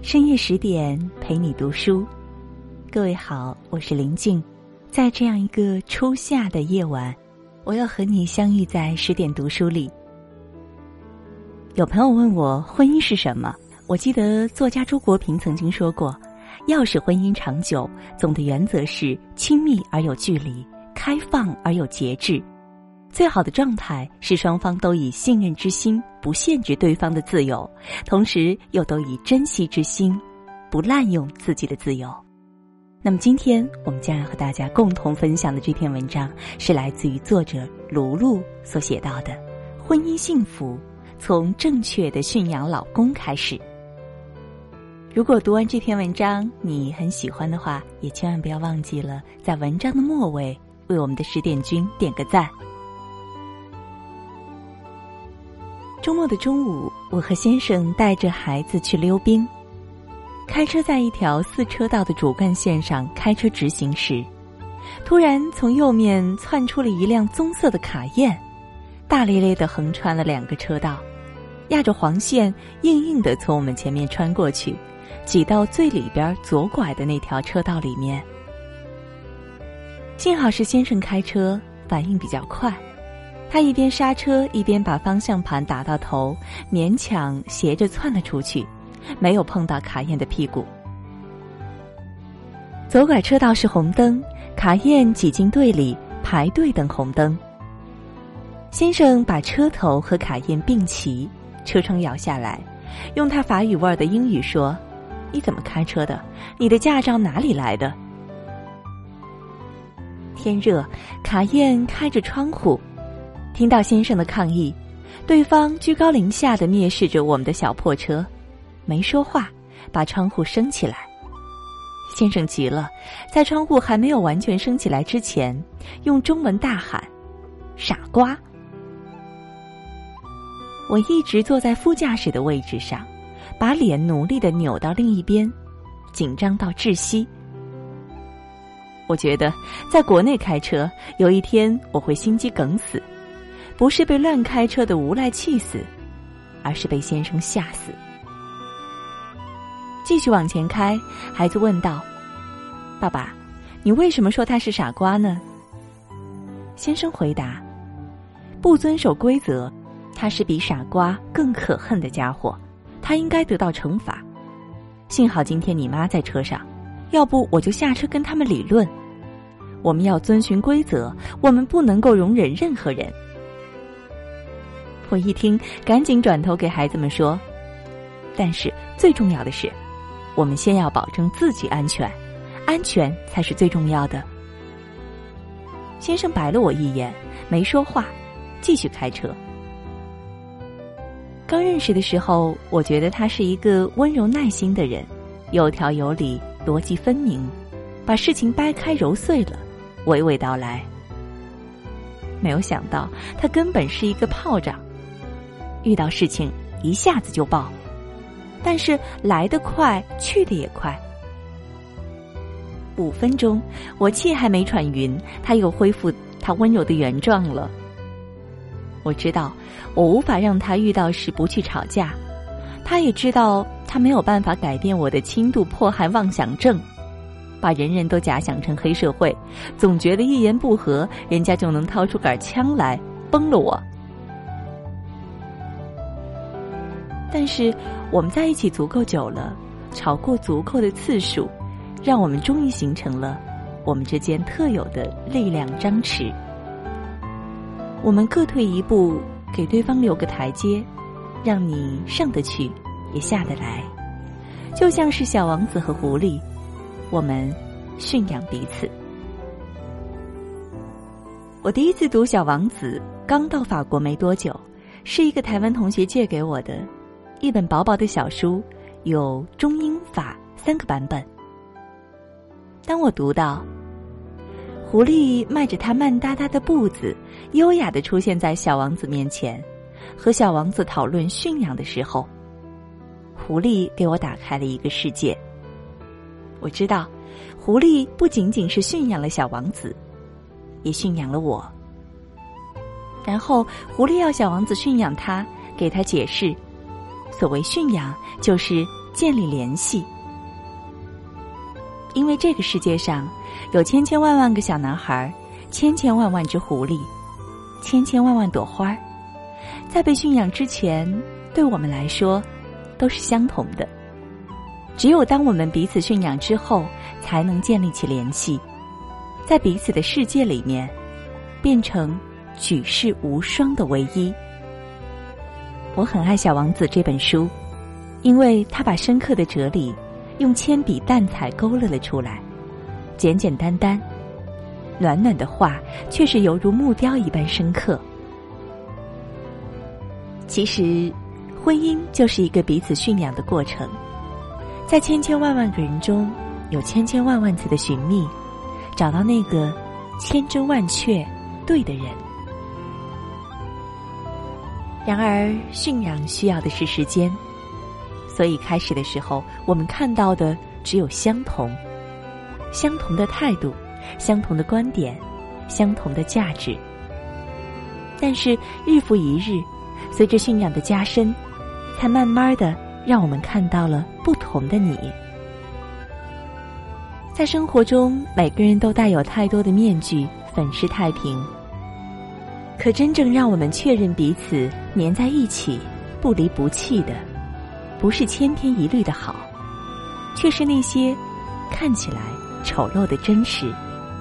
深夜10点陪你读书。各位好，我是林静。在这样一个初夏的夜晚，我要和你相遇在10点读书里。有朋友问我婚姻是什么，我记得作家周国平曾经说过，要使婚姻长久，总的原则是亲密而有距离，开放而有节制。最好的状态是双方都以信任之心不限制对方的自由，同时又都以珍惜之心不滥用自己的自由。那么今天我们将要和大家共同分享的这篇文章是来自于作者卢璐所写到的婚姻幸福从正确的驯养老公开始。如果读完这篇文章你很喜欢的话，也千万不要忘记了在文章的末尾为我们的10点君点个赞。周末的中午，我和先生带着孩子去溜冰，开车在一条4车道的主干线上开车直行时，突然从右面窜出了一辆棕色的卡宴，大咧咧地横穿了2个车道，压着黄线硬硬地从我们前面穿过去，挤到最里边左拐的那条车道里面。幸好是先生开车，反应比较快，他一边刹车一边把方向盘打到头，勉强斜着窜了出去，没有碰到卡宴的屁股。左拐车道是红灯，卡宴挤进队里排队等红灯。先生把车头和卡宴并齐，车窗摇下来，用他法语味的英语说：“你怎么开车的？你的驾照哪里来的？”天热，卡宴开着窗户，听到先生的抗议，对方居高临下地蔑视着我们的小破车，没说话，把窗户升起来。先生急了，在窗户还没有完全升起来之前，用中文大喊：“傻瓜！”我一直坐在副驾驶的位置上，把脸努力地扭到另一边，紧张到窒息。我觉得在国内开车，有一天我会心肌梗死，不是被乱开车的无赖气死，而是被先生吓死。继续往前开，孩子问道：“爸爸，你为什么说他是傻瓜呢？”先生回答：“不遵守规则，他是比傻瓜更可恨的家伙，他应该得到惩罚。幸好今天你妈在车上，要不我就下车跟他们理论。我们要遵循规则，我们不能够容忍任何人。”我一听，赶紧转头给孩子们说：“但是最重要的是，我们先要保证自己安全，安全才是最重要的。”先生白了我一眼，没说话，继续开车。刚认识的时候，我觉得他是一个温柔耐心的人，有条有理，逻辑分明，把事情掰开揉碎了，娓娓道来。没有想到他根本是一个炮仗，遇到事情一下子就爆，但是来得快，去得也快。5分钟，我气还没喘匀，他又恢复他温柔的原状了。我知道我无法让他遇到时不去吵架，他也知道他没有办法改变我的轻度迫害妄想症，把人人都假想成黑社会，总觉得一言不合人家就能掏出杆枪来崩了我。但是我们在一起足够久了，吵过足够的次数，让我们终于形成了我们之间特有的力量张弛。我们各退一步，给对方留个台阶，让你上得去也下得来，就像是小王子和狐狸，我们驯养彼此。我第一次读小王子刚到法国没多久，是一个台湾同学借给我的一本薄薄的小书，有中英法3个版本。当我读到狐狸迈着它慢哒哒的步子，优雅地出现在小王子面前，和小王子讨论驯养的时候，狐狸给我打开了一个世界。我知道狐狸不仅仅是驯养了小王子，也驯养了我。然后狐狸要小王子驯养他，给他解释，所谓驯养就是建立联系。因为这个世界上有千千万万个小男孩，千千万万只狐狸，千千万万朵花，在被驯养之前，对我们来说都是相同的。只有当我们彼此驯养之后，才能建立起联系，在彼此的世界里面变成举世无双的唯一。我很爱《小王子》这本书，因为它把深刻的哲理用铅笔淡彩勾勒了出来，简简单单，暖暖的话却是犹如木雕一般深刻。其实婚姻就是一个彼此驯养的过程，在千千万万个人中，有千千万万次的寻觅，找到那个千真万确对的人。然而驯养需要的是时间，所以开始的时候，我们看到的只有相同的态度，相同的观点，相同的价值。但是日复一日，随着驯养的加深，才慢慢的让我们看到了不同的你。在生活中，每个人都带有太多的面具，粉饰太平。可真正让我们确认彼此粘在一起，不离不弃的，不是千篇一律的好，却是那些看起来丑陋的真实。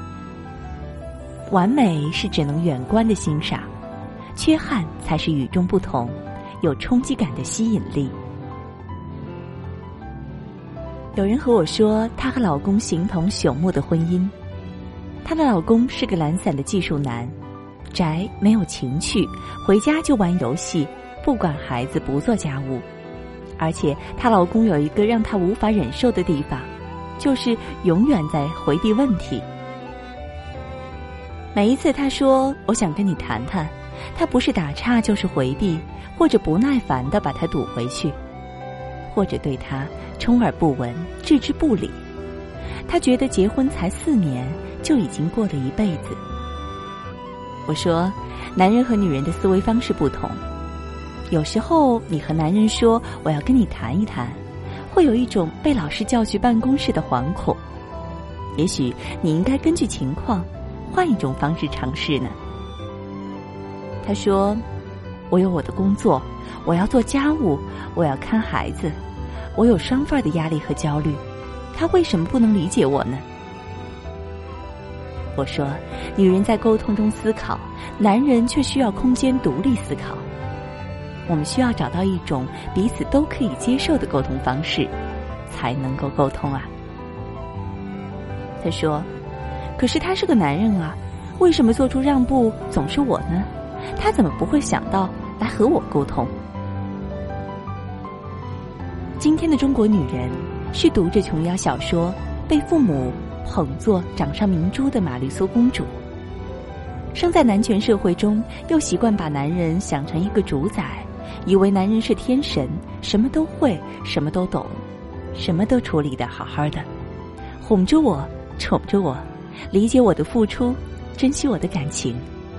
完美是只能远观的欣赏，缺憾才是与众不同，有冲击感的吸引力。有人和我说，她和老公形同朽木的婚姻。她的老公是个懒散的技术男，宅，没有情趣，回家就玩游戏，不管孩子，不做家务。而且她老公有一个让她无法忍受的地方，就是永远在回避问题。每一次她说我想跟你谈谈，他不是打岔就是回避，或者不耐烦地把他堵回去，或者对他充耳不闻，置之不理。他觉得结婚才4年，就已经过了一辈子。我说，男人和女人的思维方式不同，有时候你和男人说我要跟你谈一谈，会有一种被老师叫去办公室的惶恐。也许你应该根据情况换一种方式尝试呢。他说，我有我的工作，我要做家务，我要看孩子，我有双份的压力和焦虑，他为什么不能理解我呢？我说，女人在沟通中思考，男人却需要空间独立思考。我们需要找到一种彼此都可以接受的沟通方式，才能够沟通啊。他说，可是他是个男人啊，为什么做出让步总是我呢？他怎么不会想到来和我沟通？今天的中国女人是读着琼瑶小说，被父母捧作掌上明珠的玛丽苏公主，生在男权社会中，又习惯把男人想成一个主宰，以为男人是天神，什么都会，什么都懂，什么都处理得好好的，哄着我，宠着我，理解我的付出，珍惜我的感情。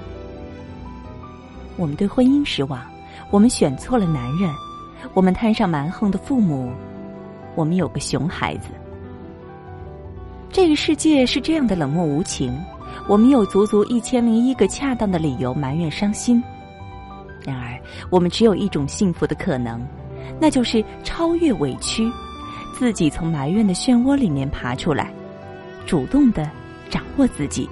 我们对婚姻失望，我们选错了男人，我们摊上蛮横的父母，我们有个熊孩子。这个世界是这样的冷漠无情，我们有足足1001个恰当的理由埋怨伤心。然而我们只有一种幸福的可能，那就是超越委屈，自己从埋怨的漩涡里面爬出来，主动地掌握自己。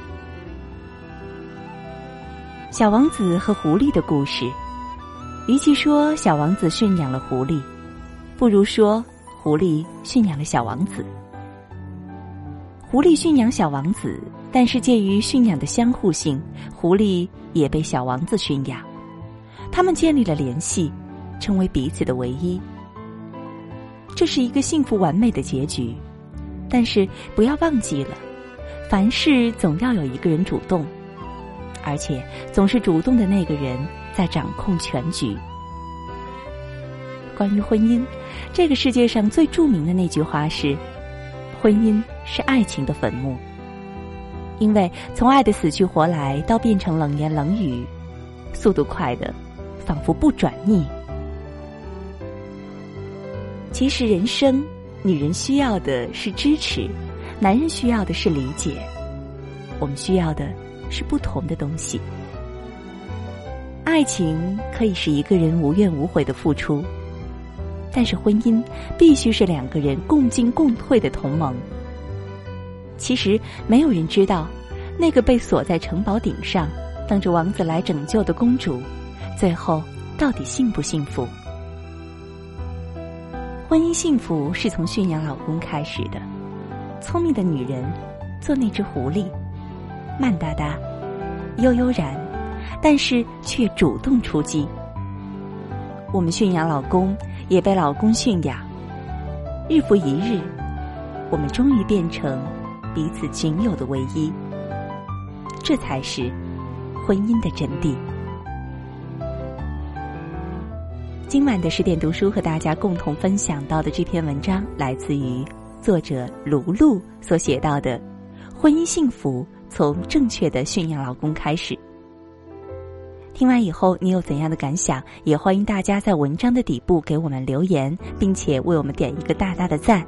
小王子和狐狸的故事，与其说小王子驯养了狐狸，不如说狐狸驯养了小王子。狐狸驯养小王子，但是介于驯养的相互性，狐狸也被小王子驯养，他们建立了联系，成为彼此的唯一。这是一个幸福完美的结局，但是不要忘记了，凡事总要有一个人主动，而且总是主动的那个人在掌控全局。关于婚姻，这个世界上最著名的那句话是，婚姻是爱情的坟墓。因为从爱的死去活来到变成冷言冷语，速度快的仿佛不转逆。 其实人生，女人需要的是支持，男人需要的是理解，我们需要的是不同的东西。爱情可以是一个人无怨无悔的付出，但是婚姻必须是两个人共进共退的同盟。其实没有人知道，那个被锁在城堡顶上等着王子来拯救的公主，最后到底幸不幸福。婚姻幸福是从驯养老公开始的。聪明的女人做那只狐狸，慢哒哒悠悠然，但是却主动出击。我们驯养老公，也被老公驯养，日复一日，我们终于变成彼此仅有的唯一。这才是婚姻的真谛。今晚的10点读书和大家共同分享到的这篇文章，来自于作者卢璐所写到的婚姻幸福从正确的驯养老公开始。听完以后你有怎样的感想，也欢迎大家在文章的底部给我们留言，并且为我们点一个大大的赞。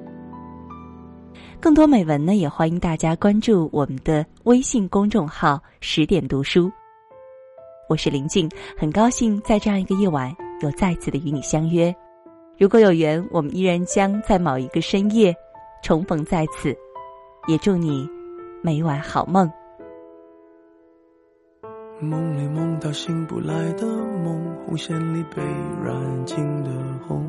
更多美文呢，也欢迎大家关注我们的微信公众号10点读书。我是林静，很高兴在这样一个夜晚又再次的与你相约。如果有缘，我们依然将在某一个深夜重逢在此，也祝你每晚好梦。 梦里梦到醒不来的梦，红线里被染尽的红，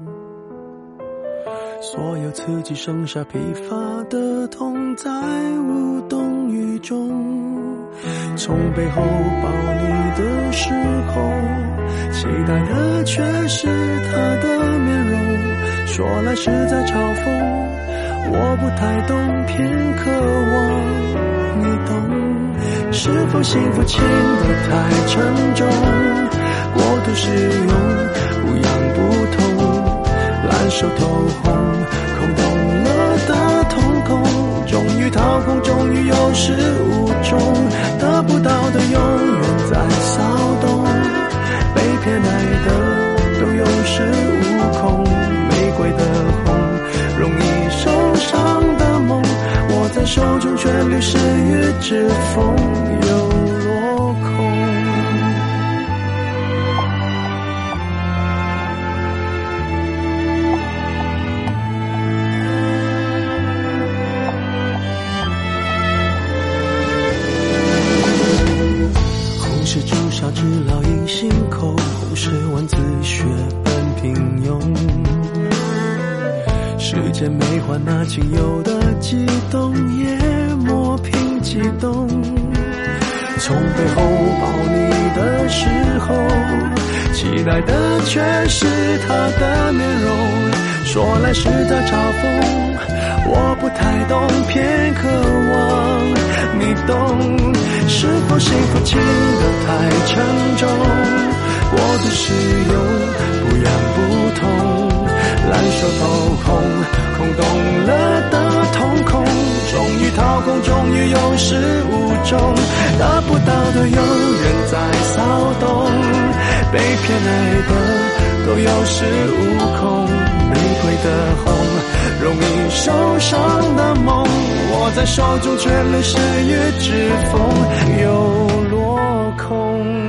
所有刺激剩下疲乏的痛，在无动于衷。从背后抱你的时候，期待的却是他的面容，说来是在嘲讽，我不太懂，偏渴望你懂。是否幸福轻得太沉重，过度使用不痒不痛，烂熟透红，空洞了的瞳孔，终于掏空，终于有始无终，得不到的永远在骚动，被偏爱的都有恃无恐，玫瑰的红，容易受伤的梦，握在手中却流失于指缝，又落空。红是朱砂痣烙印心口，红是文字血般平庸，时间没还那仅有的悸动，也磨平激动。从背后抱你的时候，期待的却是他的面容，说来是在嘲讽，我不太懂，偏渴望你懂。是否幸福轻得太沉重，过度使用不痒不痛，烂熟透红，空洞了的瞳孔，终于掏空，终于有始无终，得不到的永远在骚动，被偏爱的都有恃无恐，玫瑰的红，容易受伤的梦，握在手中却流失于指缝，又落空。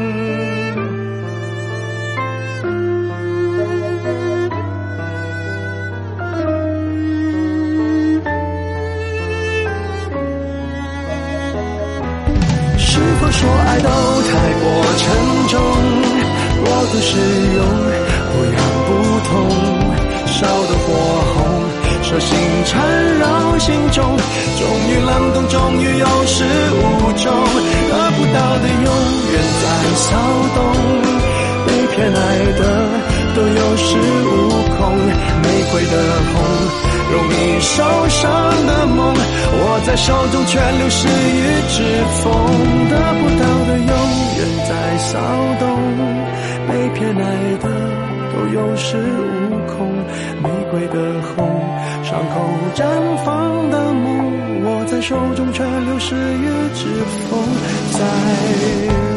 是否说爱都太过沉重，过度使用不痒不痛，烧得火红，手心缠绕心中，终于冷冻，终于有始无终，得不到的永远在骚动，被偏爱的都有恃无恐，玫瑰的红，容易受伤的梦，握在手中却流失于指缝，得不到的永远在骚动，被偏爱的都有恃无恐，玫瑰的红，伤口绽放的梦，握在手中却流失于指缝，在